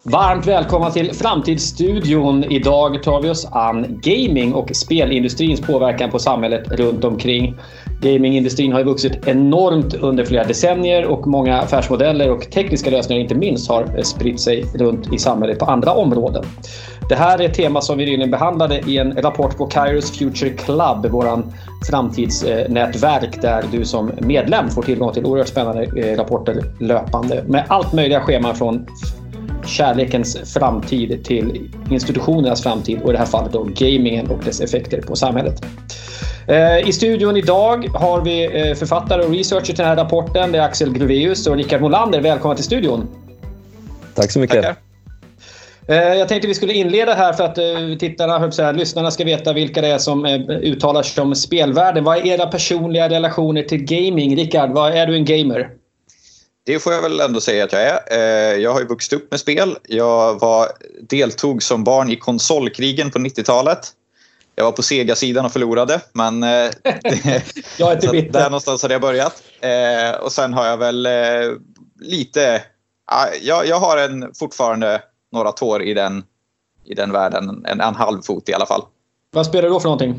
Varmt välkomna till Framtidsstudion. Idag tar vi oss an gaming och spelindustrins påverkan på samhället runt omkring. Gamingindustrin har ju vuxit enormt under flera decennier och många affärsmodeller och tekniska lösningar inte minst har spritt sig runt i samhället på andra områden. Det här är ett tema som vi nyligen behandlade i en rapport på Kairos Future Club, våran framtidsnätverk där du som medlem får tillgång till oerhört spännande rapporter löpande med allt möjliga scheman från kärlekens framtid till institutionernas framtid och i det här fallet då gamingen och dess effekter på samhället. I studion idag har vi författare och researcher till den här rapporten. Det är Axel Gruveus och Rickard Molander. Välkomna till studion. Tack så mycket. Tackar. Jag tänkte vi skulle inleda här för att tittarna, lyssnarna ska veta vilka det är som uttalar sig om spelvärlden. Vad är era personliga relationer till gaming? Rickard, är du en gamer? Det får jag väl ändå säga att jag är. Jag har ju vuxit upp med spel. Jag deltog som barn i konsolkrigen på 90-talet. Jag var på Sega-sidan och förlorade. Men jag är inte bitter. Där någonstans hade jag börjat. Och sen har jag väl lite... Jag har fortfarande några tår i den världen. En halv fot i alla fall. Vad spelar du då för någonting?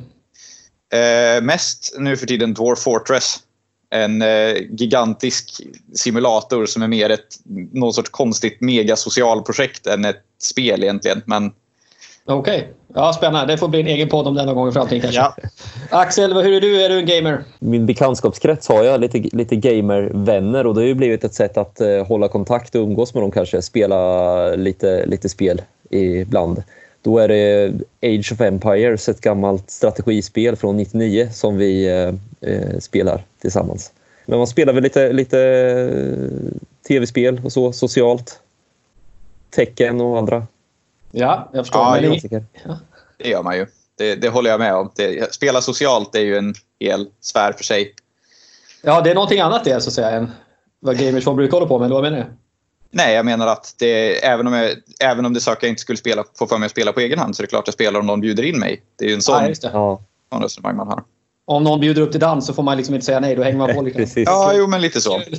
Mest nu för tiden Dwarf Fortress. En gigantisk simulator som är mer någon sorts konstigt megasocialprojekt än ett spel egentligen. Men... Okej. Ja, spännande. Det får bli en egen podd om den någon gång i framtiden kanske. Ja. Axel, hur är du? Är du en gamer? Min bekantskapskrets har jag lite gamervänner och det har ju blivit ett sätt att hålla kontakt och umgås med dem kanske. Spela lite spel ibland. Då är det Age of Empires, ett gammalt strategispel från 99 som vi spelar tillsammans. Men man spelar väl lite tv-spel och så, socialt. Tecken och andra. Ja, jag förstår. Det gör man ju. Det håller jag med om. Spela socialt är ju en hel sfär för sig. Ja, det är någonting annat det så att säga än vad gamers brukar hålla på med. Vad menar du? Nej, jag menar att även om det saker jag inte skulle få för mig att spela på egen hand så är det klart jag spelar om någon bjuder in mig. Det är ju en sån resonemang man har. Om någon bjuder upp till dans så får man liksom inte säga nej, då hänger man på liksom. Ja, jo, men lite så.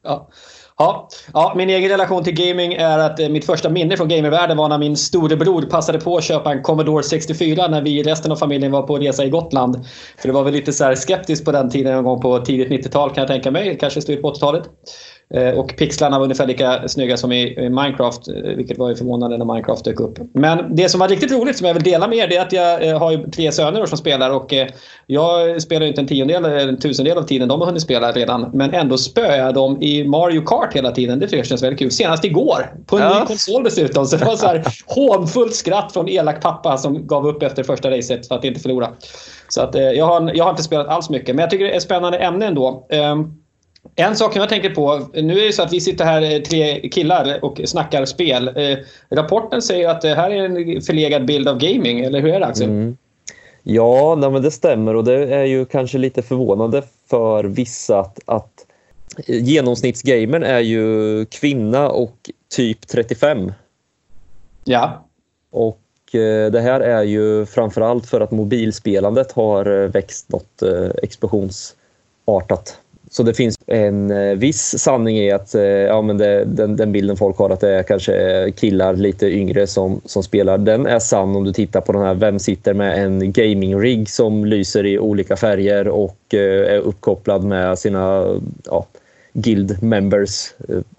Ja, min egen relation till gaming är att mitt första minne från gamervärlden var när min storebror passade på att köpa en Commodore 64 när vi resten av familjen var på resa i Gotland. För det var väl lite så här skeptiskt på den tiden, en gång på tidigt 90-tal kan jag tänka mig, kanske slutet på 80-talet. Och pixlarna var ungefär lika snygga som i Minecraft, vilket var ju förvånande när Minecraft dök upp. Men det som var riktigt roligt som jag vill dela med er, det är att jag har ju 3 söner som spelar och jag spelar inte en 10-del eller en 1000-del av tiden de har hunnit spela redan, men ändå spöar jag dem i Mario Kart hela tiden. Det tycker jag känns väldigt kul. Senast igår på en ny konsol dessutom, så det var så här hånfullt skratt från elak pappa som gav upp efter första racet för att inte förlora. Så att jag har inte spelat alls mycket, men jag tycker det är ett spännande ämne ändå. En sak jag tänker på, nu är det så att vi sitter här 3 killar och snackar spel. Rapporten säger att det här är en förlegad bild av gaming, eller hur är det, Axel? Ja, men det stämmer och det är ju kanske lite förvånande för vissa att genomsnittsgamern är ju kvinna och typ 35. Ja. Och det här är ju framförallt för att mobilspelandet har växt något explosionsartat. Så det finns en viss sanning i att den bilden folk har att det är kanske killar lite yngre som spelar. Den är sann om du tittar på den här vem sitter med en gaming-rig som lyser i olika färger och är uppkopplad med sina guild members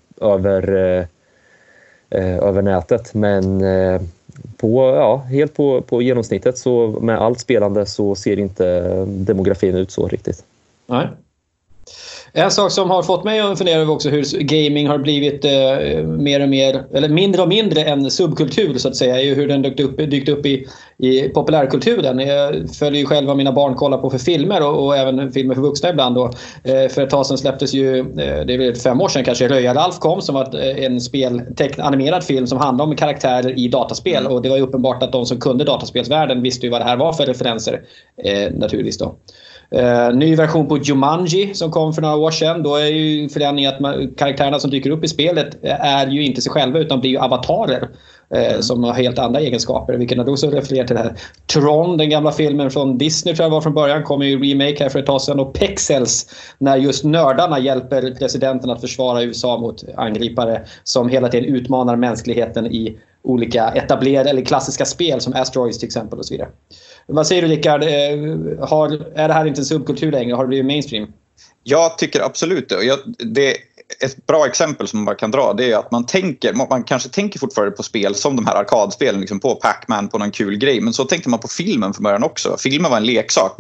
över nätet. Men helt på genomsnittet så med allt spelande så ser inte demografin ut så riktigt. Nej. En sak som har fått mig att fundera över också hur gaming har blivit mer och mer, eller mindre och mindre en subkultur så att säga, är ju hur den dykt upp i populärkulturen. Jag följer ju själv vad mina barn kollar på för filmer och även filmer för vuxna ibland då. För ett tag sedan släpptes ju, det är väl 5 år sedan kanske, Röja Ralf kom som var en animerad film som handlar om karaktärer i dataspel och det var ju uppenbart att de som kunde dataspelsvärlden visste ju vad det här var för referenser naturligtvis då. Ny version på Jumanji som kom för några år sedan. Då är ju förändringen att karaktärerna som dyker upp i spelet är ju inte sig själva utan blir ju avatarer. Som har helt andra egenskaper, vilket då så refererar till det här. Tron, den gamla filmen från Disney tror jag var från början, kom ju remake här för ett tag sedan. Och Pexels, när just nördarna hjälper presidenten att försvara USA mot angripare som hela tiden utmanar mänskligheten i olika etablerade eller klassiska spel som Asteroids till exempel och så vidare. Vad säger du, Rickard? Är det här inte en subkultur längre? Har det blivit mainstream? Jag tycker absolut det. Ett bra exempel som man kan dra, det är att man kanske tänker fortfarande på spel som de här arkadspelen, liksom på Pac-Man, på någon kul grej, men så tänkte man på filmen från början också. Filmen var en leksak.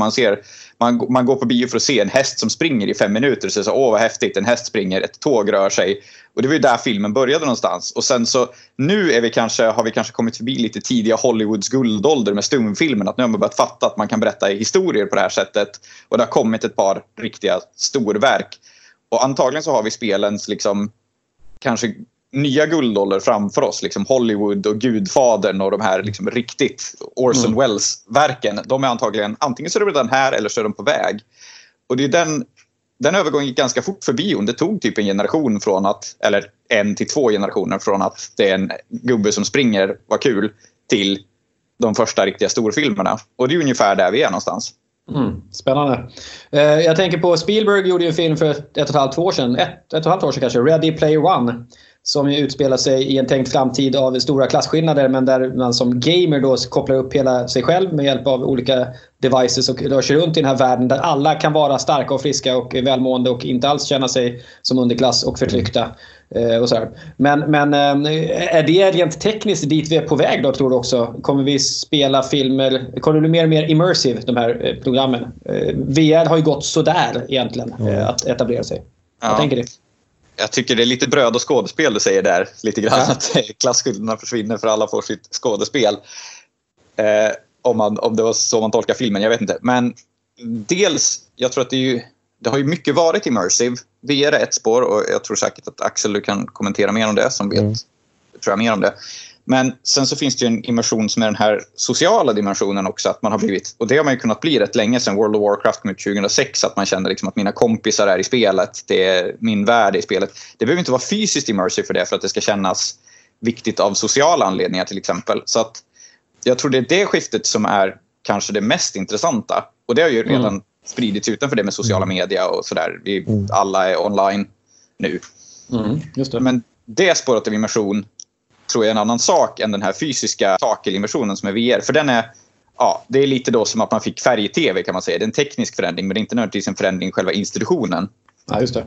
Man går på bio för att se en häst som springer i 5 minuter och så åh vad häftigt, en häst springer, ett tåg rör sig. Och det var ju där filmen började någonstans. Och sen så nu har vi kanske kommit förbi lite tidiga Hollywoods guldålder med stumfilmen, att nu har man börjat fatta att man kan berätta historier på det här sättet, och det har kommit ett par riktiga storverk. Och antagligen så har vi spelens liksom kanske nya guldålder framför oss, liksom Hollywood och Gudfadern och de här liksom riktigt Orson Welles-verken. De är antagligen, antingen så är de redan här eller så är de på väg. Och det är den övergången gick ganska fort för bion. Det tog typ en generation från att, eller 1 till 2 generationer från att det är en gubbe som springer, var kul, till de första riktiga storfilmerna. Och det är ungefär där vi är någonstans. Spännande. Jag tänker på Spielberg gjorde ju en film för ett och ett halvt år sedan kanske, Ready Player One, som utspelar sig i en tänkt framtid av stora klasskillnader, men där man som gamer då kopplar upp hela sig själv med hjälp av olika devices och rör sig runt i den här världen där alla kan vara starka och friska och välmående och inte alls känna sig som underklass och förtryckta. Och så här. Men är det rent tekniskt dit vi är på väg då, tror du också? Kommer vi spela filmer, kommer det bli mer och mer immersive, de här programmen? VR har ju gått sådär egentligen att etablera sig. Vad tänker du? Jag tycker det är lite bröd och skådespel du säger där. Lite grann att klasskillnaderna försvinner för alla får sitt skådespel. Om det var så man tolkar filmen, jag vet inte. Men dels, jag tror att det har ju mycket varit immersive. VR är ett spår, och jag tror säkert att Axel, du kan kommentera mer om det, som vet tror jag mer om det. Men sen så finns det ju en immersion som är den här sociala dimensionen också, att man har blivit, och det har man ju kunnat bli rätt länge sedan World of Warcraft med 2006, att man känner liksom att mina kompisar är i spelet, det är min värld i spelet. Det behöver inte vara fysiskt immersive för det, för att det ska kännas viktigt av sociala anledningar till exempel. Så att jag tror det är det skiftet som är kanske det mest intressanta, och det har ju redan spridits utanför det med sociala media och sådär. Vi alla är online nu. Just det. Men det spåret av immersion tror jag är en annan sak än den här fysiska takelimmersionen som är VR. För den är, det är lite då som att man fick färg-tv, kan man säga. Det är en teknisk förändring, men det är inte nödvändigtvis en förändring i själva institutionen. Ja, just det.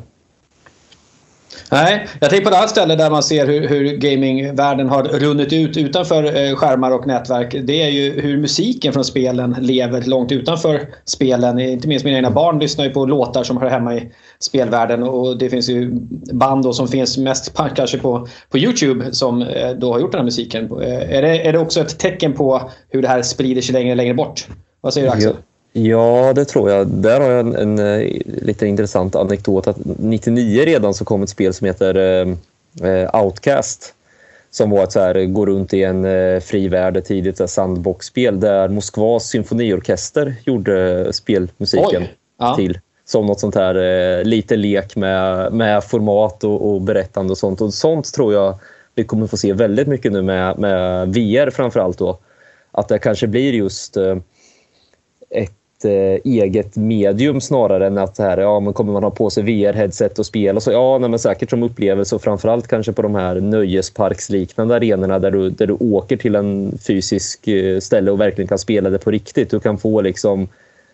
Nej, jag tänker på ett annat ställe där man ser hur gamingvärlden har runnit ut utanför skärmar och nätverk. Det är ju hur musiken från spelen lever långt utanför spelen. Inte minst mina egna barn lyssnar ju på låtar som hör hemma i spelvärlden, och det finns ju band då som finns mest kanske på YouTube som då har gjort den här musiken. Är det också ett tecken på hur det här sprider sig längre och längre bort? Vad säger du, Axel? Ja, det tror jag. Där har jag en lite intressant anekdot. Att 99 redan så kom ett spel som heter Outcast, som var ett så här, gå runt i en fri värld, tidigt sandbox-spel där Moskvas symfoniorkester gjorde spelmusiken till. Som något sånt här lite lek med format och berättande och sånt. Och sånt tror jag vi kommer få se väldigt mycket nu med VR framförallt då. Att det kanske blir just ett eget medium snarare än att här, men kommer man ha på sig VR-headset och spela så men säkert som upplevelse, och framförallt kanske på de här nöjesparksliknande arenorna där du åker till en fysisk ställe och verkligen kan spela det på riktigt. Du kan få liksom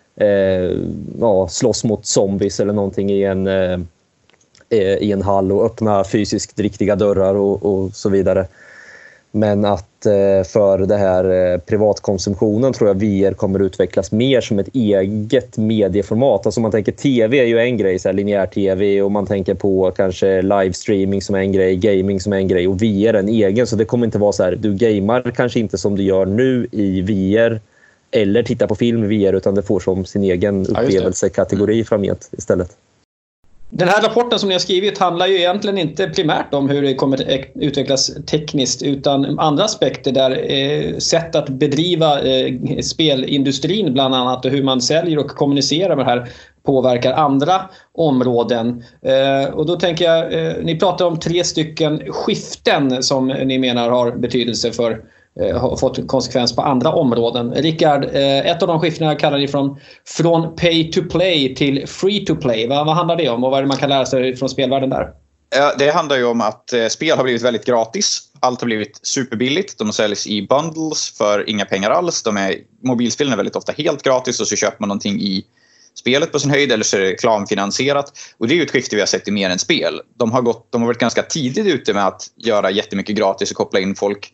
slåss mot zombies eller någonting i en hall och öppna fysiskt riktiga dörrar och så vidare. Men att för det här privatkonsumtionen tror jag VR kommer utvecklas mer som ett eget medieformat. Alltså man tänker tv är ju en grej, så här linjär-tv, och man tänker på kanske livestreaming som en grej, gaming som en grej, och VR en egen. Så det kommer inte vara så här, du gamar kanske inte som du gör nu i VR eller tittar på film i VR, utan det får som sin egen upplevelsekategori framgent istället. Den här rapporten som ni har skrivit handlar ju egentligen inte primärt om hur det kommer att utvecklas tekniskt, utan andra aspekter där sätt att bedriva spelindustrin bland annat och hur man säljer och kommunicerar med det här påverkar andra områden. Och då tänker jag, ni pratar om 3 stycken skiften som ni menar har betydelse för har fått konsekvens på andra områden. Rickard, ett av de skiftena kallar ni från pay to play till free to play. Vad handlar det om och vad är det man kan lära sig från spelvärlden där? Det handlar ju om att spel har blivit väldigt gratis. Allt har blivit superbilligt. De säljs i bundles för inga pengar alls. Mobilspelen är väldigt ofta helt gratis och så köper man någonting i spelet på sin höjd eller så är det reklamfinansierat. Och det är ju ett skifte vi har sett i mer än spel. De har varit ganska tidigt ute med att göra jättemycket gratis och koppla in folk.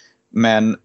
Men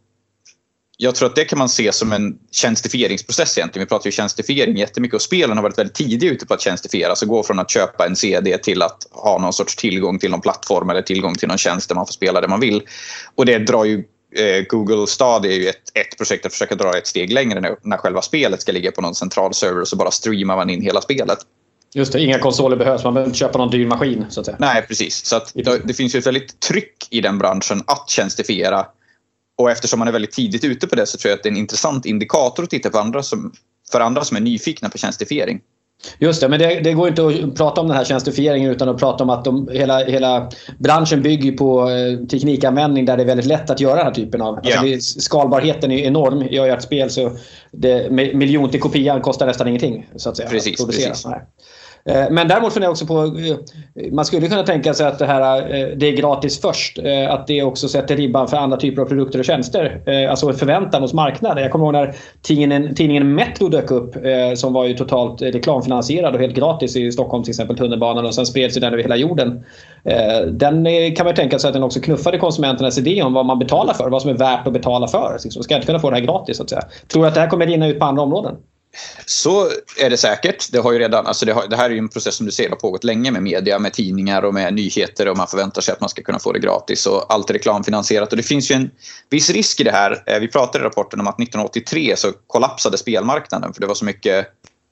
jag tror att det kan man se som en tjänstifieringsprocess egentligen. Vi pratar ju tjänstifiering jättemycket och spelen har varit väldigt tidigt ute på att tjänstifiera. Så gå från att köpa en CD till att ha någon sorts tillgång till någon plattform eller tillgång till någon tjänst där man får spela det man vill. Och det drar ju Google Stadia är ju ett projekt att försöka dra ett steg längre när själva spelet ska ligga på någon central server och så bara streamar man in hela spelet. Just det, inga konsoler behövs, man behöver inte köpa någon dyr maskin så att säga. Nej, precis. Så att det finns ju ett väldigt tryck i den branschen att tjänstifiera. Och eftersom man är väldigt tidigt ute på det så tror jag att det är en intressant indikator att titta på för andra som är nyfikna på tjänstifiering. Just det, men det går inte att prata om den här tjänstifieringen utan att prata om att hela branschen bygger på teknikanvändning där det är väldigt lätt att göra den här typen av... Yeah. Alltså skalbarheten är enorm. Jag gör ett spel så miljon till kopian kostar nästan ingenting så att säga. Precis, att producera. Precis. Men däremot funderar jag också på, man skulle kunna tänka sig att det är gratis först, att det också sätter ribban för andra typer av produkter och tjänster, alltså förväntan hos marknaden. Jag kommer ihåg när tidningen Metro dök upp, som var ju totalt reklamfinansierad och helt gratis i Stockholm till exempel, tunnelbanan, och sen spreds den över hela jorden. Den kan man ju tänka sig att den också knuffade konsumenternas idé om vad man betalar för, vad som är värt att betala för. Så ska jag inte kunna få det här gratis så att säga. Tror du att det här kommer rinna ut på andra områden? Så är det säkert. Det har ju redan, alltså det här är ju en process som du ser har pågått länge med media, med tidningar och med nyheter, och man förväntar sig att man ska kunna få det gratis och allt är reklamfinansierat. Och det finns ju en viss risk i det här. Vi pratade i rapporten om att 1983 så kollapsade spelmarknaden för det var så mycket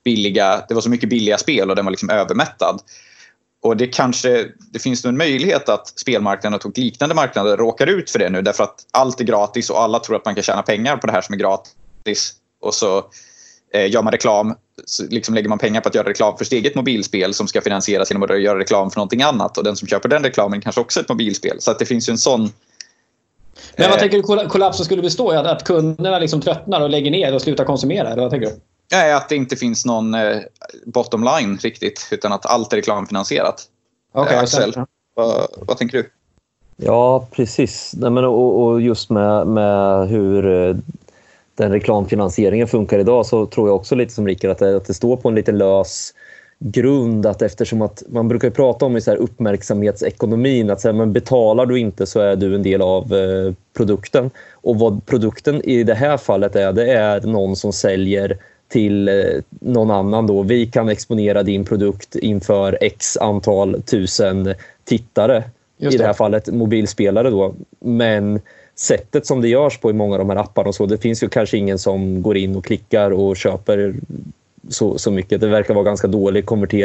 billiga spel och den var liksom övermättad. Och det finns nog en möjlighet att spelmarknaden och liknande marknader råkar ut för det nu, därför att allt är gratis och alla tror att man kan tjäna pengar på det här som är gratis, och så gör man reklam, så liksom lägger man pengar på att göra reklam för sitt eget mobilspel som ska finansieras genom att göra reklam för någonting annat, och den som köper den reklamen kanske också är ett mobilspel, så att det finns ju en sån. Men vad tänker du kollapsen skulle bestå i? Att kunderna liksom tröttnar och lägger ner och slutar konsumera, eller vad tänker du? Nej, att det inte finns någon bottom line riktigt, utan att allt är reklamfinansierat. Okay, Axel, vad tänker du? Ja, precis. Nej, men, och just med hur den reklamfinansieringen funkar idag, så tror jag också lite som Rickard att det står på en lite lös grund, att eftersom att man brukar prata om i så här uppmärksamhetsekonomin, att så här, men betalar du inte så är du en del av produkten, och vad produkten i det här fallet är, det är någon som säljer till någon annan då. Vi kan exponera din produkt inför x antal tusen tittare, i det här fallet mobilspelare då, men sättet som det görs på i många av de här apparna och så, det finns ju kanske ingen som går in och klickar och köper så mycket. Det verkar vara ganska dålig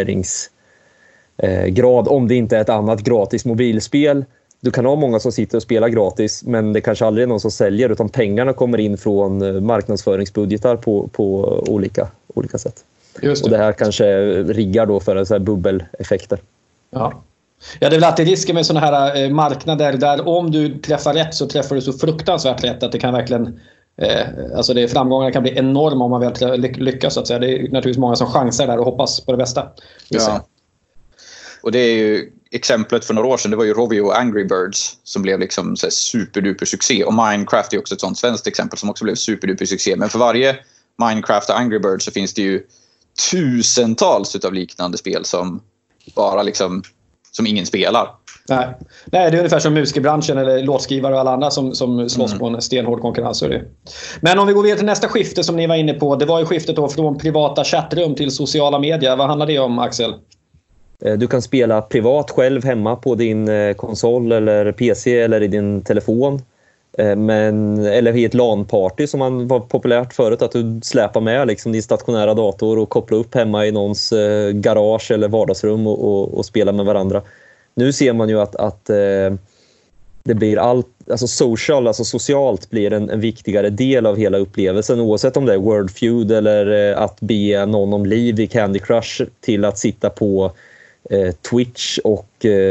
konverteringsgrad om det inte är ett annat gratis mobilspel. Du kan ha många som sitter och spelar gratis, men det kanske aldrig är någon som säljer, utan pengarna kommer in från marknadsföringsbudgetar på olika sätt. Just det. Och det här kanske riggar då för så här bubbeleffekter. Ja, det är väl alltid risken med sådana här marknader där om du träffar rätt så träffar du så fruktansvärt rätt att det kan verkligen, alltså framgångarna kan bli enorma om man väl lyckas så att säga. Det är naturligtvis många som chansar där och hoppas på det bästa. Ja. Och det är ju exemplet för några år sedan, det var ju Rovio och Angry Birds som blev liksom så här superduper succé, och Minecraft är också ett sånt svenskt exempel som också blev superduper succé. Men för varje Minecraft och Angry Birds så finns det ju tusentals utav liknande spel som bara liksom som ingen spelar. Nej, det är ungefär som musikbranschen eller låtskrivare och alla andra som slåss på en stenhård konkurrens. Men om vi går vidare till nästa skifte som ni var inne på, det var ju skiftet då från privata chattrum till sociala medier. Vad handlar det om, Axel? Du kan spela privat själv hemma på din konsol eller PC eller i din telefon. Eller i ett LAN-party som man var populärt förut, att du släpar med liksom din stationära dator och kopplar upp hemma i någons garage eller vardagsrum och spelar med varandra. Nu ser man ju att det blir alltså socialt blir en viktigare del av hela upplevelsen, oavsett om det är Word Feud eller att be någon om liv i Candy Crush till att sitta på Twitch och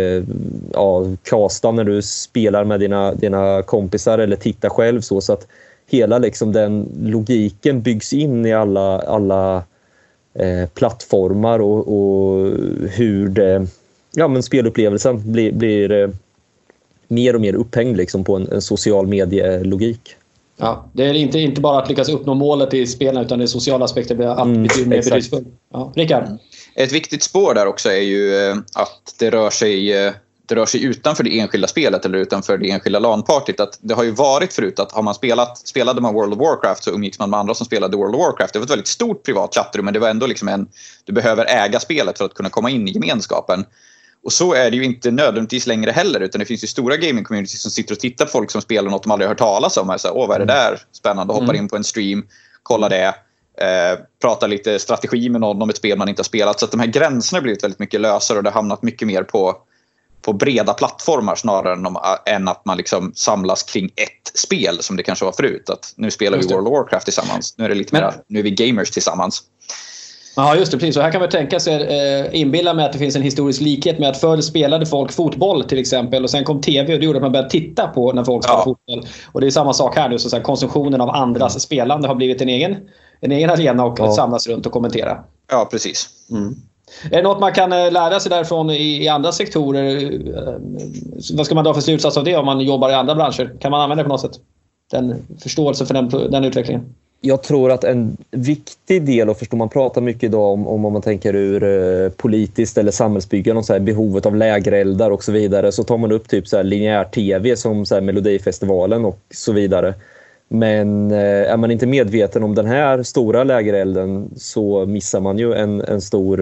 casta när du spelar med dina kompisar eller titta själv, så att hela liksom den logiken byggs in i alla plattformar och hur det, men spelupplevelsen blir mer och mer upphängd liksom på en social medielogik. Ja, det är inte bara att lyckas uppnå målet i spelen, utan det sociala aspekter blir allt mer betydelsefull. Ja, Rickard? Ett viktigt spår där också är ju att det rör sig utanför det enskilda spelet eller utanför det enskilda LAN-partyt. Att det har ju varit förut att har man spelade man World of Warcraft så umgicks man med andra som spelade World of Warcraft. Det var ett väldigt stort privat chattrum, men det var ändå liksom du behöver äga spelet för att kunna komma in i gemenskapen. Och så är det ju inte nödvändigtvis längre heller, utan det finns ju stora gaming-communities som sitter och tittar på folk som spelar något de aldrig har hört talas om. Så, vad är det där? Spännande. Hoppar in på en stream, kollar det, pratar lite strategi med någon om ett spel man inte har spelat. Så att de här gränserna har blivit väldigt mycket lösare och det har hamnat mycket mer på breda plattformar snarare än att man liksom samlas kring ett spel som det kanske var förut. Att nu spelar vi World of Warcraft tillsammans. Nu är det lite mer, nu är vi gamers tillsammans. Ja, just det, precis. Så här kan man tänka sig, inbilla mig att det finns en historisk likhet med att förr spelade folk fotboll till exempel, och sen kom tv och det gjorde att man började titta på när folk spelade fotboll. Och det är samma sak här nu, så konsumtionen av andras spelande har blivit en egen arena och samlas runt och kommentera. Ja, precis. Är det något man kan lära sig därifrån i andra sektorer? Vad ska man dra för slutsats av det om man jobbar i andra branscher? Kan man använda det på något sätt? Den förståelse för den utvecklingen? Jag tror att en viktig del att förstå, man pratar mycket idag om man tänker ur politiskt eller samhällsbyggande och så här, behovet av lägereldar och så vidare, så tar man upp typ så här linjär tv som så här Melodifestivalen och så vidare. Men är man inte medveten om den här stora lägerelden så missar man ju en stor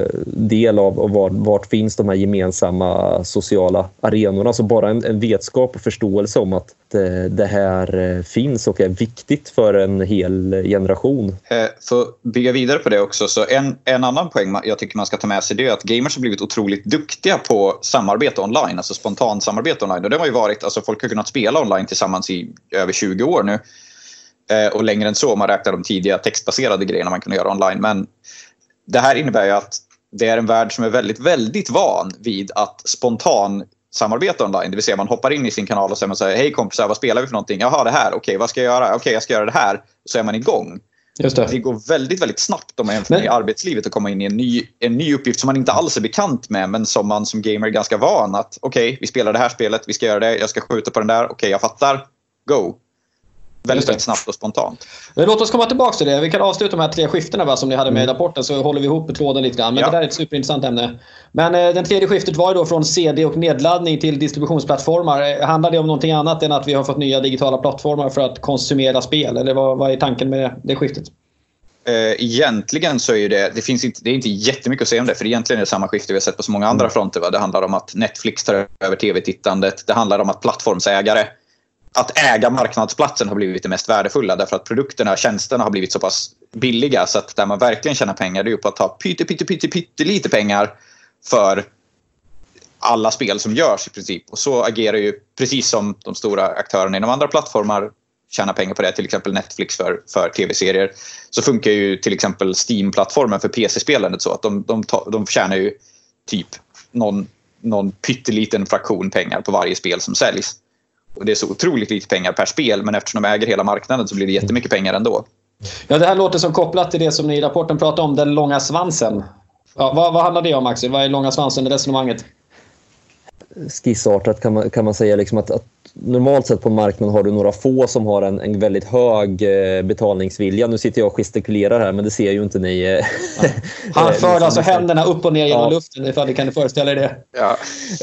del av vart finns de här gemensamma sociala arenorna. Så bara en vetskap och förståelse om att det här finns och är viktigt för en hel generation. För att bygga vidare på det också, så en annan poäng jag tycker man ska ta med sig, det är att gamers har blivit otroligt duktiga på samarbete online, alltså spontant samarbete online. Och det har ju varit, alltså folk har kunnat spela online tillsammans i över 20 år nu. Och längre än så om man räknar de tidiga textbaserade grejerna man kunde göra online. Men det här innebär ju att det är en värld som är väldigt, väldigt van vid att spontan samarbeta online. Det vill säga man hoppar in i sin kanal och säger hej kompisar, vad spelar vi för någonting? Jaha, det här. Okej, vad ska jag göra? Okej, jag ska göra det här. Så är man igång. Just det. Det går väldigt, väldigt snabbt om man jämför i arbetslivet att komma in i en ny uppgift som man inte alls är bekant med, men som man som gamer är ganska van att okej, vi spelar det här spelet, vi ska göra det, jag ska skjuta på den där, okej, jag fattar, go. Väldigt snabbt och spontant. Låt oss komma tillbaka till det. Vi kan avsluta de här 3 skiftena som ni hade med i rapporten, så håller vi ihop tråden lite grann. Men det där är ett superintressant ämne. Men den tredje skiftet var ju då från CD och nedladdning till distributionsplattformar. Handlar det om någonting annat än att vi har fått nya digitala plattformar för att konsumera spel? Eller vad är tanken med det skiftet? Egentligen så är det är inte jättemycket att säga om det, för egentligen är det samma skifte vi har sett på så många andra fronter. Va? Det handlar om att Netflix tar över tv-tittandet. Det handlar om att plattformsägare, att äga marknadsplatsen har blivit det mest värdefulla, därför att produkterna och tjänsterna har blivit så pass billiga, så att där man verkligen tjänar pengar, det är ju på att ta pyttelite pengar för alla spel som görs i princip. Och så agerar ju precis som de stora aktörerna inom andra plattformar tjänar pengar på det, till exempel Netflix för tv-serier, så funkar ju till exempel Steam-plattformen för PC-spelandet så att de tjänar ju typ någon pytteliten fraktion pengar på varje spel som säljs. Och det är så otroligt lite pengar per spel, men eftersom de äger hela marknaden så blir det jättemycket pengar ändå. Ja, det här låter som kopplat till det som ni i rapporten pratar om, den långa svansen. Ja, vad handlar det om, Axel? Vad är långa svansen i resonemanget? Skissartat kan man säga liksom att normalt sett på marknaden har du några få som har en väldigt hög betalningsvilja. Nu sitter jag och gestikulerar här, men det ser ju inte ni. Ja. Han för alltså händerna upp och ner genom luften, ifall ni kan föreställa er det. Ja.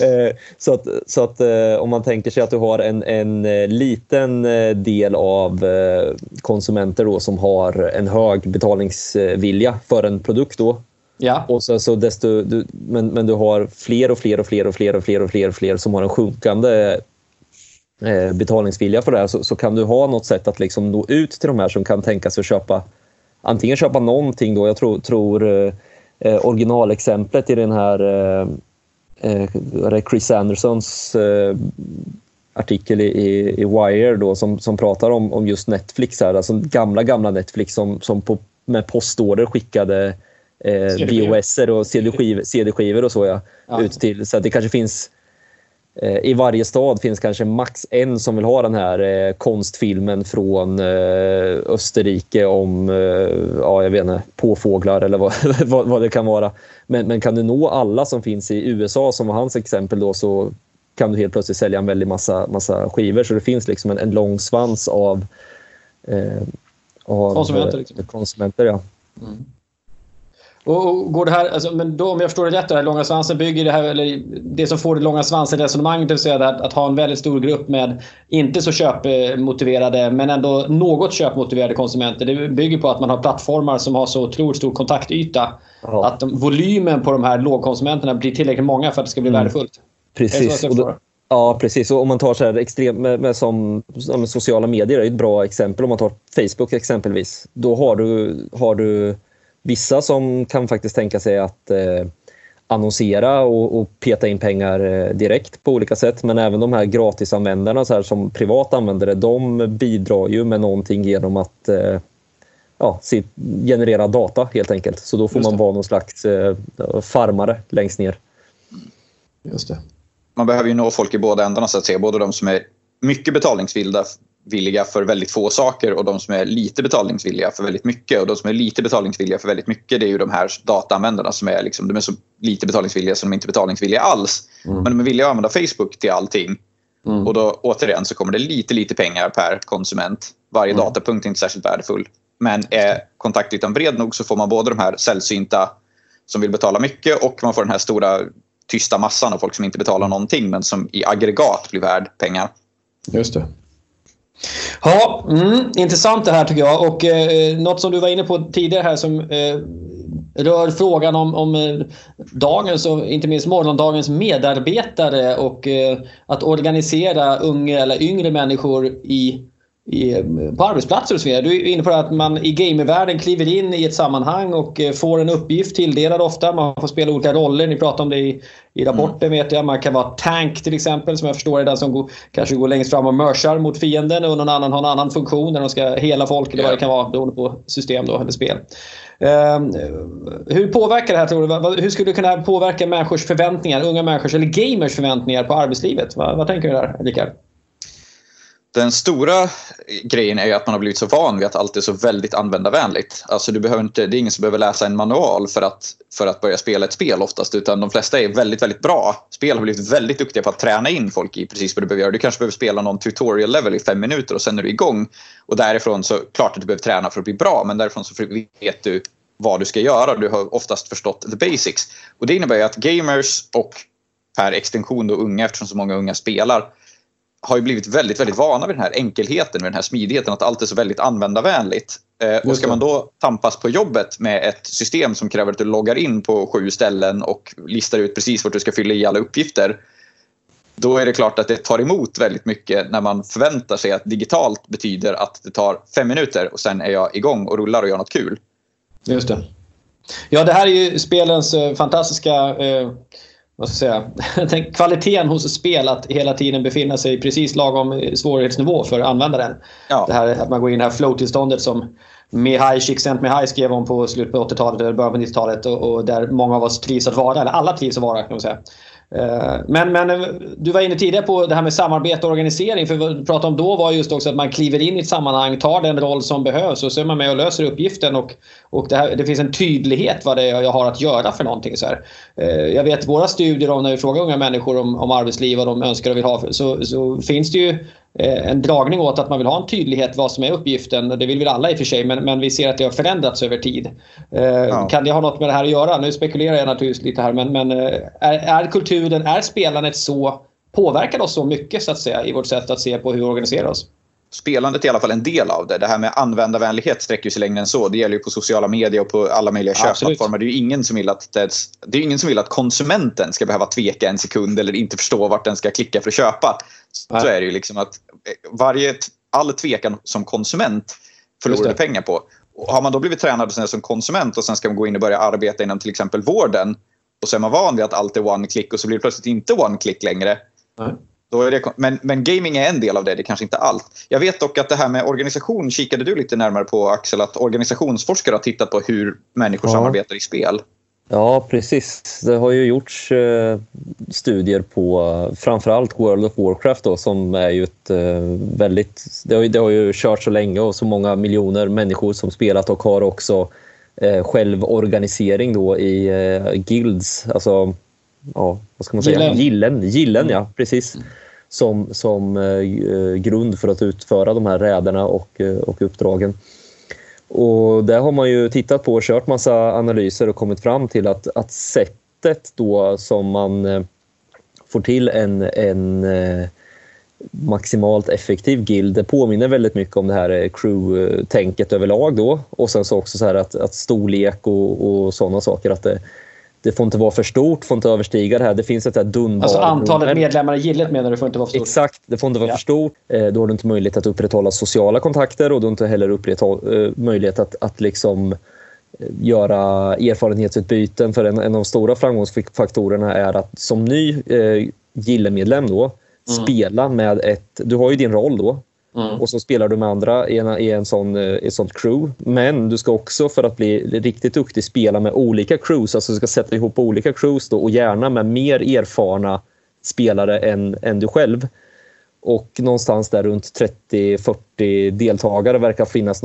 Så att om man tänker sig att du har en liten del av konsumenter då som har en hög betalningsvilja för en produkt då. Ja. Och så men du har fler som har en sjunkande betalningsvilja för det här, så kan du ha något sätt att liksom nå ut till de här som kan tänka sig att köpa någonting då. Jag tror originalexemplet i den här Chris Andersons artikel i Wire då, som pratar om just Netflix här, alltså gamla Netflix som med postorder skickade VHS-er och CD-skivor och så ut till, så att det kanske finns i varje stad finns kanske max en som vill ha den här konstfilmen från Österrike om jag vet inte, påfåglar eller vad det kan vara, men kan du nå alla som finns i USA som var hans exempel då, så kan du helt plötsligt sälja en väldigt massa skivor, så det finns liksom en lång svans av konsumenter ja. Mm. Och går det här, alltså, men då, om jag förstår det rätt, den här långa svansen bygger det här, eller det som får det långa svansen resonemanget, det vill säga att ha en väldigt stor grupp med inte så köpmotiverade men ändå något köpmotiverade konsumenter. Det bygger på att man har plattformar som har så otroligt stor kontaktyta att volymen på de här lågkonsumenterna blir tillräckligt många för att det ska bli värdefullt. Precis. Ja, precis. Och om man tar så här extremt med sociala medier, är ett bra exempel. Om man tar Facebook exempelvis, då har du vissa som kan faktiskt tänka sig att annonsera och peta in pengar direkt på olika sätt. Men även de här gratisanvändarna så här, som privat användare, de bidrar ju med någonting genom att generera data helt enkelt. Så då får man vara någon slags farmare längst ner. Just det. Man behöver ju nå folk i båda ändarna så att säga. Både de som är mycket betalningsvilliga för väldigt få saker och de som är lite betalningsvilliga för väldigt mycket. Och de som är lite betalningsvilliga för väldigt mycket, det är ju de här dataanvändarna som är liksom, de är så lite betalningsvilliga som de inte är betalningsvilliga alls. Men de är villiga att använda Facebook till allting. Och då återigen så kommer det lite pengar per konsument. Varje datapunkt är inte särskilt värdefull. Men är kontaktytan bred nog så får man både de här sällsynta som vill betala mycket och man får den här stora tysta massan av folk som inte betalar någonting men som i aggregat blir värd pengar. Just det. Ja, intressant det här tycker jag. Och något som du var inne på tidigare här som rör frågan om dagens och inte minst morgondagens medarbetare och att organisera unga eller yngre människor på arbetsplatser och så vidare. Du är inne på att man i gamervärlden kliver in i ett sammanhang och får en uppgift tilldelad ofta. Man får spela olika roller. Ni pratar om det i rapporten vet jag. Man kan vara tank till exempel, som jag förstår är den som kanske går längst fram och mörsar mot fienden, och någon annan har en annan funktion när de ska hela folk eller vad det kan vara beroende på system då, eller spel. Hur påverkar det här tror du? Hur skulle det kunna påverka människors förväntningar, unga människors eller gamers förväntningar på arbetslivet? Vad tänker du där, Rickard? Den stora grejen är ju att man har blivit så van vid att allt är så väldigt användarvänligt. Alltså det är ingen som behöver läsa en manual för att börja spela ett spel oftast, utan de flesta är väldigt, väldigt bra. Spel har blivit väldigt duktiga på att träna in folk i precis vad du behöver göra. Du kanske behöver spela någon tutorial level i 5 minuter och sen är du igång. Och därifrån så klart att du behöver träna för att bli bra, men därifrån så vet du vad du ska göra. Du har oftast förstått the basics. Och det innebär ju att gamers och per extension då unga, eftersom så många unga spelar, har ju blivit väldigt, väldigt vana vid den här enkelheten, med den här smidigheten, att allt är så väldigt användarvänligt. Och ska man då tampas på jobbet med ett system som kräver att du loggar in på 7 ställen och listar ut precis vart du ska fylla i alla uppgifter, då är det klart att det tar emot väldigt mycket när man förväntar sig att digitalt betyder att det tar 5 minuter och sen är jag igång och rullar och gör något kul. Just det. Ja, det här är ju spelens fantastiska vad ska jag säga, kvaliteten hos spel, att hela tiden befinna sig precis lagom svårighetsnivå för användaren. Ja. Det här att man går in i det här flow-tillståndet som Csikszentmihalyi skrev om på slutet på 80-talet eller början på 90-talet, och där många av oss trivs att vara, eller alla trivs att vara kan man säga. Men du var inne tidigare på det här med samarbete och organisering, för vad du pratade om då var just också att man kliver in i ett sammanhang, tar den roll som behövs och så är man med och löser uppgiften, och det finns en tydlighet vad det är jag har att göra för någonting så här. Jag vet våra studier om när vi frågar unga människor om arbetsliv och de önskar och vill ha, så finns det ju en dragning åt att man vill ha en tydlighet vad som är uppgiften. Det vill vi alla i och för sig, men vi ser att det har förändrats över tid. Kan det ha något med det här att göra? Nu spekulerar jag naturligtvis lite här, men är kulturen, är spelandet så påverkar oss så mycket så att säga i vårt sätt att se på hur vi organiserar oss? spelandet är i alla fall en del av det. Det här med användarvänlighet sträcker sig längre än så. Det gäller ju på sociala medier och på alla möjliga köpplattformar. Det är ju ingen som vill att konsumenten ska behöva tveka en sekund eller inte förstå vart den ska klicka för att köpa. Så är det ju liksom att all tvekan som konsument förlorar du pengar på. Och har man då blivit tränad som konsument och sen ska man gå in och börja arbeta inom till exempel vården och så är man van vid att allt är one click och så blir det plötsligt inte one click längre. Då är det, men gaming är en del av det, det är kanske inte allt. Jag vet dock att det här med organisation kikade du lite närmare på, Axel, att organisationsforskare har tittat på hur människor samarbetar i spel. Ja, precis. Det har ju gjorts studier på framförallt World of Warcraft då, som är ju ett väldigt... Det har ju kört så länge och så många miljoner människor som spelat och har också självorganisering då i guilds, alltså vad ska man säga? Gillen, ja, precis. Som grund för att utföra de här räderna och uppdragen. Och där har man ju tittat på och kört massa analyser och kommit fram till att sättet då som man får till en maximalt effektiv guild, det påminner väldigt mycket om det här crew-tänket överlag då. Och sen så också så här att storlek och sådana saker, att det får inte vara för stort, får inte överstiga det här. Det finns ett här dunbar... Alltså antalet medlemmar i gillet menar du får inte vara för stort? Exakt, det får inte vara för stort. Då har du inte möjlighet att upprätthålla sociala kontakter och du har inte heller möjlighet att liksom göra erfarenhetsutbyten. För en av de stora framgångsfaktorerna är att som ny gillemedlem då spela med du har ju din roll då. Och så spelar du med andra i ett sånt crew. Men du ska också, för att bli riktigt duktig, spela med olika crews. Alltså du ska sätta ihop olika crews då, och gärna med mer erfarna spelare än du själv. Och någonstans där runt 30-40 deltagare verkar finnas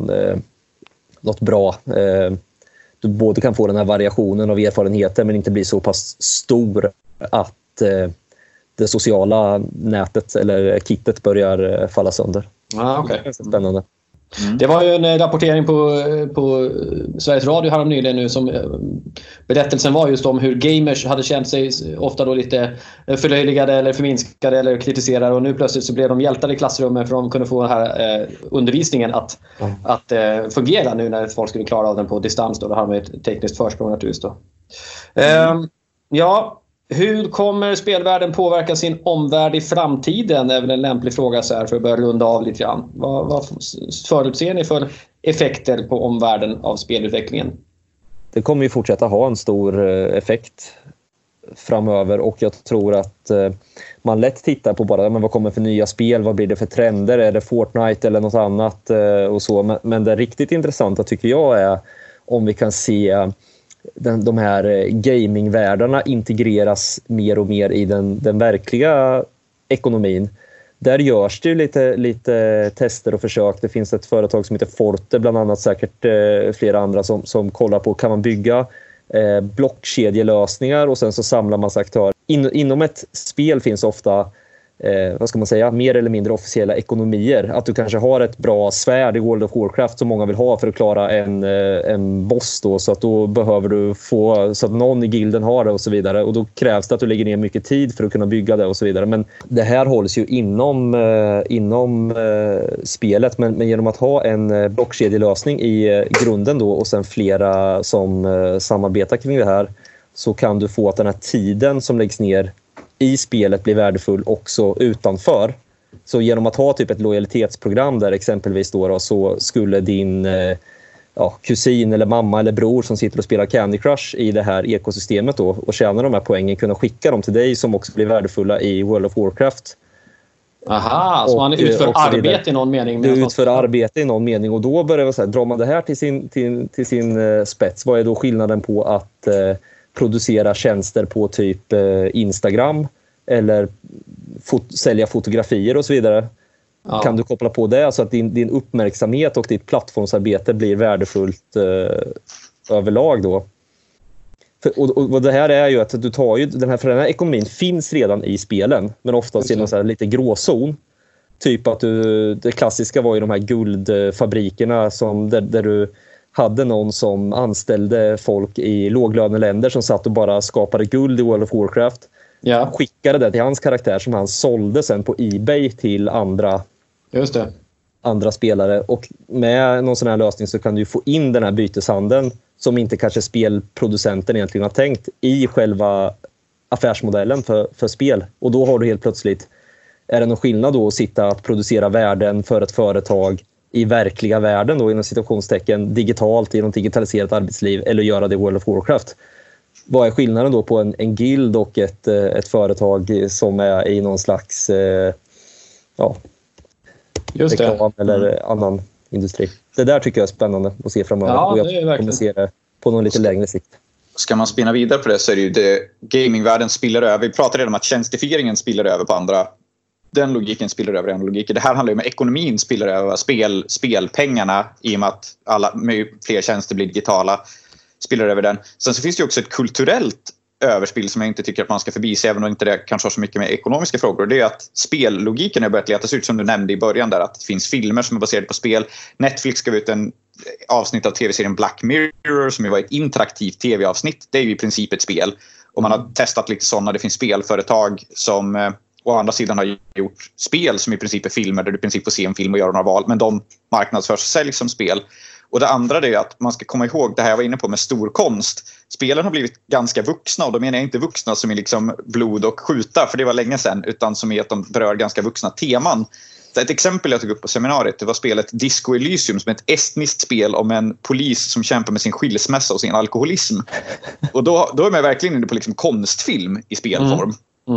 något bra. Du både kan få den här variationen av erfarenheter men inte bli så pass stor att det sociala nätet eller kittet börjar falla sönder. Okay. Det är spännande. Det var ju en rapportering på Sveriges Radio här nyligen nu som berättelsen var just om hur gamers hade känt sig ofta då lite förlöjligade eller förminskade eller kritiserade, och nu plötsligt så blev de hjältar i klassrummet för att de kunde få den här undervisningen att fungera nu när folk skulle klara av den på distans då. Då har de ett tekniskt försprång naturligtvis då. Hur kommer spelvärlden påverka sin omvärld i framtiden? Det är väl en lämplig fråga så här för att börja runda av lite grann. Vad förutser ni för effekter på omvärlden av spelutvecklingen? Det kommer ju fortsätta ha en stor effekt framöver, och jag tror att man lätt tittar på bara vad kommer för nya spel, vad blir det för trender, är det Fortnite eller något annat och så. Men det riktigt intressanta tycker jag är om vi kan se de här gamingvärldarna integreras mer och mer i den verkliga ekonomin. Där görs det ju lite tester och försök. Det finns ett företag som heter Forte, bland annat, säkert flera andra som kollar på, kan man bygga blockkedjelösningar och sen så samlar man aktörer. Inom ett spel finns ofta mer eller mindre officiella ekonomier. Att du kanske har ett bra svärd i World of Warcraft som många vill ha för att klara en boss då, så att då behöver du få så att någon i gilden har det och så vidare, och då krävs det att du lägger ner mycket tid för att kunna bygga det och så vidare. Men det här hålls ju inom spelet, men genom att ha en blockkedjelösning i grunden då och sen flera som samarbetar kring det här, så kan du få att den här tiden som läggs ner i spelet blir värdefull också utanför. Så genom att ha typ ett lojalitetsprogram där exempelvis då så skulle din kusin eller mamma eller bror som sitter och spelar Candy Crush i det här ekosystemet då och tjänar de här poängen kunna skicka dem till dig som också blir värdefulla i World of Warcraft. Aha, så man utför arbete i någon mening. Du utför arbete i någon mening, och då börjar det så här, drar man det här till sin spets, vad är då skillnaden på att producera tjänster på typ Instagram eller sälja fotografier och så vidare? Ja. Kan du koppla på det så att din uppmärksamhet och ditt plattformsarbete blir värdefullt överlag då? Och det här är ju att du tar ju den här ekonomin finns redan i spelen, men oftast i någon så här lite gråzon. Typ att det klassiska var ju de här guldfabrikerna där du hade någon som anställde folk i låglöneländer som satt och bara skapade guld i World of Warcraft. Ja. Skickade det till hans karaktär som han sålde sen på eBay till andra. Just det. andra spelare, och med någon sån här lösning så kan du få in den här byteshandeln som inte kanske spelproducenten egentligen har tänkt i själva affärsmodellen för spel. Och då har du helt plötsligt, är det någon skillnad då att sitta och producera värden för ett företag i verkliga världen då, inom situationstecken, digitalt i något digitaliserat arbetsliv, eller göra det i World of Warcraft? Vad är skillnaden då på en guild och ett företag som är i någon slags Just reklam eller annan industri? Det där tycker jag är spännande att se framöver. Ja, och jag det är verkligen. kommer se det på någon lite längre sikt. Ska man spinna vidare på det så är det ju det gamingvärlden spiller över. Vi pratade redan om att tjänstifieringen spiller över på andra. Den logiken spiller över den logiken. Det här handlar ju om att ekonomin spiller över spelpengarna, i och med att fler tjänster blir digitala, spiller över den. Sen så finns det ju också ett kulturellt överspill som jag inte tycker att man ska förbise, även om inte det kanske har så mycket med ekonomiska frågor. Det är att spellogiken har börjat letas ut, som du nämnde i början där, att det finns filmer som är baserade på spel. Netflix ska ut en avsnitt av tv-serien Black Mirror som ju var ett interaktivt tv-avsnitt. Det är ju i princip ett spel. Och man har testat lite sådana. Det finns spelföretag som å andra sidan har gjort spel som i princip är filmer där du i princip får se en film och göra några val. Men de marknadsförs och säljs som spel. Och det andra är att man ska komma ihåg det här jag var inne på med stor konst. Spelen har blivit ganska vuxna, och då menar jag inte vuxna som är liksom blod och skjuta, för det var länge sedan, utan som är att de berör ganska vuxna teman. Så ett exempel jag tog upp på seminariet, det var spelet Disco Elysium, som är ett estniskt spel om en polis som kämpar med sin skilsmässa och sin alkoholism. Och då är man verkligen inne på liksom konstfilm i spelform.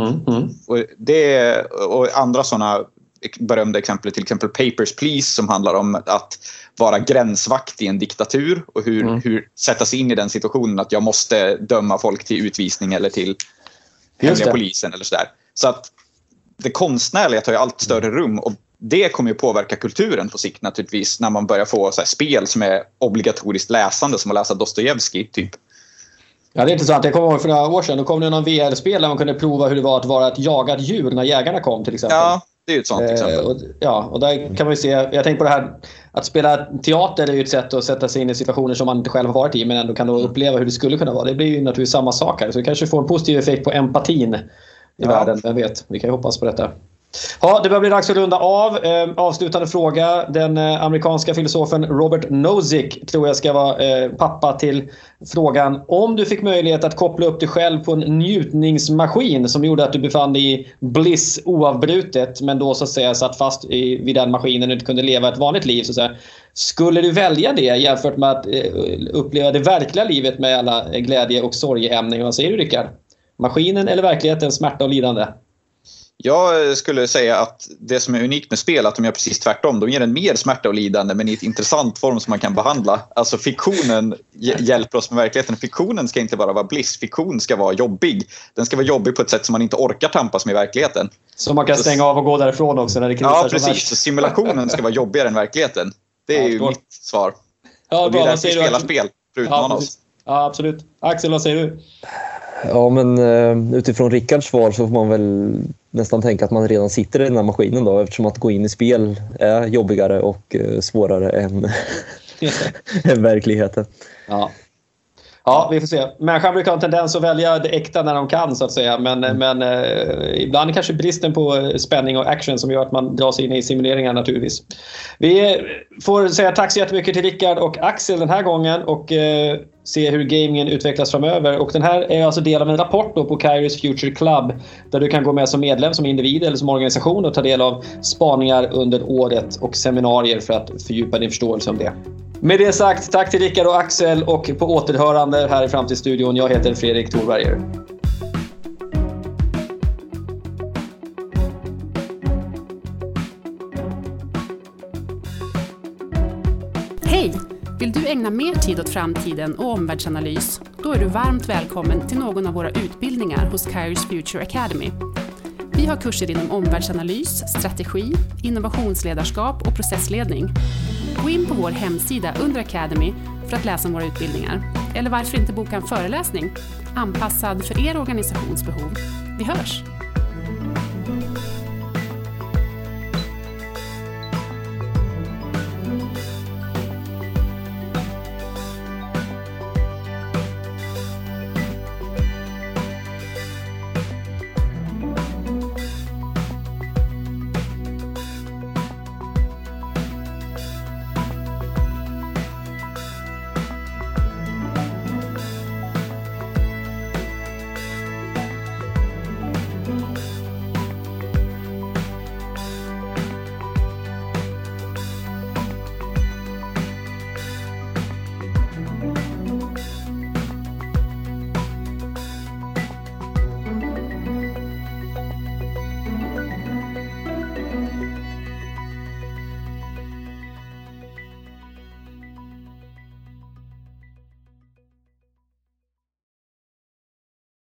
Och andra sådana berömda exempel, till exempel Papers, Please, som handlar om att vara gränsvakt i en diktatur och hur sätta sig in i den situationen att jag måste döma folk till utvisning eller till hemliga polisen eller sådär. Så att det konstnärliga tar ju allt större rum, och det kommer ju påverka kulturen på sikt naturligtvis, när man börjar få så här spel som är obligatoriskt läsande, som att läsa Dostojevskij typ. Ja, det är intressant. Jag kommer ihåg för några år sedan, då kom det någon VR-spel där man kunde prova hur det var att vara ett jagat djur när jägarna kom till exempel. Ja, det är ju ett sånt exempel. Och där kan man ju se, jag tänker på det här, att spela teater är ju ett sätt att sätta sig in i situationer som man inte själv har varit i, men ändå kan då uppleva hur det skulle kunna vara. Det blir ju naturligtvis samma sak här, så det kanske får en positiv effekt på empatin i världen, vem vet. Vi kan ju hoppas på detta. Ja, det börjar bli dags att runda av. Avslutande fråga. Den amerikanska filosofen Robert Nozick tror jag ska vara pappa till frågan: om du fick möjlighet att koppla upp dig själv på en njutningsmaskin som gjorde att du befann dig i bliss oavbrutet, men då så att säga satt fast vid den maskinen och inte kunde leva ett vanligt liv, så att säga, skulle du välja det jämfört med att uppleva det verkliga livet med alla glädje- och sorgeämnen? Vad säger du, Rickard? Maskinen eller verkligheten, smärta och lidande? Jag skulle säga att det som är unikt med spel, att de gör precis tvärtom. De ger en mer smärta och lidande, men i ett intressant form som man kan behandla. Alltså fiktionen hjälper oss med verkligheten. Fiktionen ska inte bara vara bliss. Fiktion ska vara jobbig. Den ska vara jobbig på ett sätt som man inte orkar tampas med i verkligheten. Så man kan stänga av och gå därifrån också när det krisar. Ja, precis. Så simulationen ska vara jobbigare än verkligheten. Det är ju mitt svar. Ja, och det är därför vi spelar spel, för att utmana oss. Ja, absolut. Axel, vad säger du? Ja, men utifrån Rickards svar så får man väl nästan tänka att man redan sitter i den här maskinen då, eftersom att gå in i spel är jobbigare och svårare än verkligheten. Ja, vi får se. Människan brukar ha en tendens att välja det äkta när de kan, så att säga. Men ibland kanske bristen på spänning och action som gör att man drar sig in i simuleringar naturligtvis. Vi får säga tack så jättemycket till Rickard och Axel den här gången, och se hur gamingen utvecklas framöver. Och den här är alltså del av en rapport då på Kairos Future Club, där du kan gå med som medlem, som individ eller som organisation, och ta del av spaningar under året och seminarier för att fördjupa din förståelse om det. Med det sagt, tack till Rickard och Axel, och på återhörande här i Framtidsstudion. Jag heter Fredrik Thorberger. Hej! Vill du ägna mer tid åt framtiden och omvärldsanalys? Då är du varmt välkommen till någon av våra utbildningar hos Kairos Future Academy. Vi har kurser inom omvärldsanalys, strategi, innovationsledarskap och processledning. Gå in på vår hemsida under Academy för att läsa om våra utbildningar. Eller varför inte boka en föreläsning anpassad för er organisationsbehov. Vi hörs!